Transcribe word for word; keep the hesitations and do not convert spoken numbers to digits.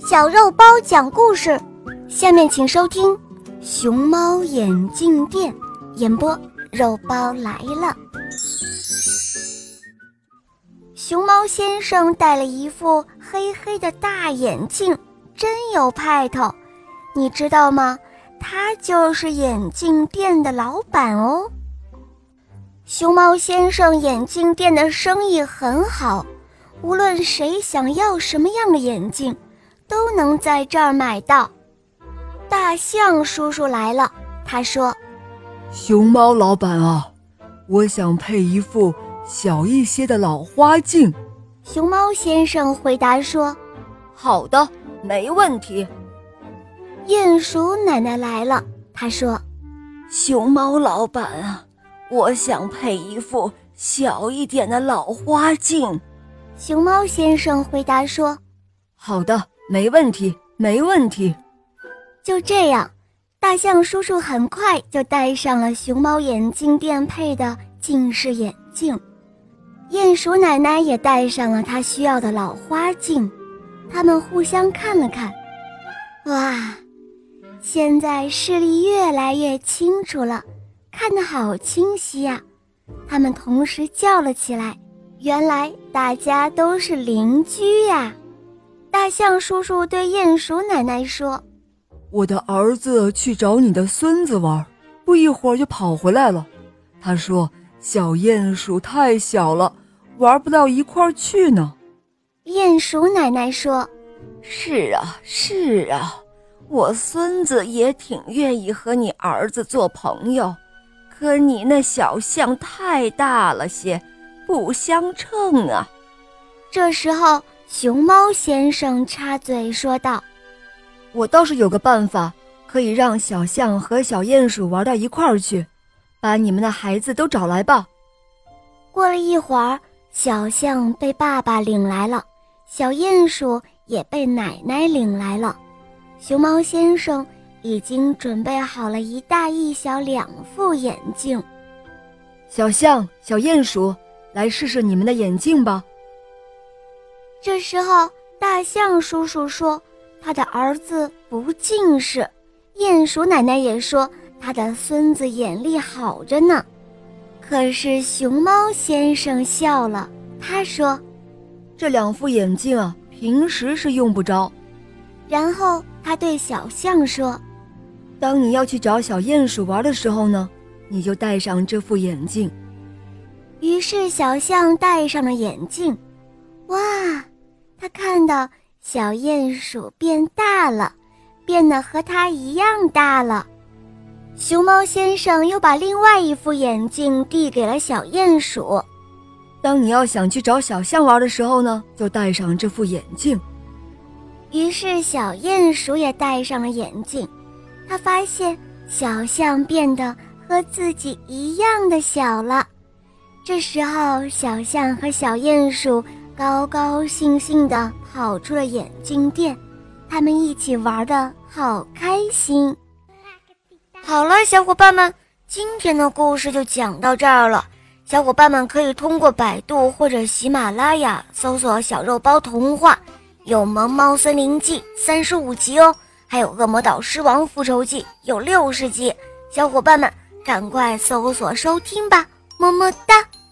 小肉包讲故事，下面请收听《熊猫眼镜店》，演播肉包来了。熊猫先生戴了一副黑黑的大眼镜，真有派头，你知道吗？他就是眼镜店的老板哦。熊猫先生眼镜店的生意很好，无论谁想要什么样的眼镜，都能在这儿买到。大象叔叔来了，他说： 熊猫老板啊，我想配一副小一些的老花镜。 熊猫先生回答说： 好的，没问题。 鼹鼠奶奶来了，她说： 熊猫老板啊，我想配一副小一点的老花镜。 熊猫先生回答说： 好的，没问题，没问题。 就这样，大象叔叔很快就戴上了熊猫眼镜店配的近视眼镜，鼹鼠奶奶也戴上了她需要的老花镜。他们互相看了看，哇，现在视力越来越清楚了，看得好清晰呀！他们同时叫了起来，原来大家都是邻居呀！大象叔叔对鼹鼠奶奶说： 我的儿子去找你的孙子玩，不一会儿就跑回来了。他说小鼹鼠太小了，玩不到一块儿去呢。 鼹鼠奶奶说： 是啊，是啊，我孙子也挺愿意和你儿子做朋友，可你那小象太大了些，不相称啊。 这时候熊猫先生插嘴说道： 我倒是有个办法，可以让小象和小鼹鼠玩到一块儿去，把你们的孩子都找来吧。 过了一会儿，小象被爸爸领来了，小鼹鼠也被奶奶领来了。熊猫先生已经准备好了一大一小两副眼镜。 小象、小鼹鼠，来试试你们的眼镜吧。 这时候大象叔叔说他的儿子不近视，鼹鼠奶奶也说他的孙子眼力好着呢。可是熊猫先生笑了，他说： 这两副眼镜啊，平时是用不着。 然后他对小象说： 当你要去找小鼹鼠玩的时候呢，你就戴上这副眼镜。 于是小象戴上了眼镜，哇，他看到小鼹鼠变大了，变得和他一样大了。熊猫先生又把另外一副眼镜递给了小鼹鼠。 当你要想去找小象玩的时候呢，就戴上这副眼镜。 于是小鼹鼠也戴上了眼镜，他发现小象变得和自己一样的小了。这时候小象和小鼹鼠高高兴兴地跑出了眼镜店，他们一起玩得好开心。好了，小伙伴们，今天的故事就讲到这儿了。小伙伴们可以通过百度或者喜马拉雅搜索小肉包童话，有《萌猫森林记》三十五集哦，还有《恶魔岛狮王复仇记》有六十集，小伙伴们赶快搜索收听吧，么么哒。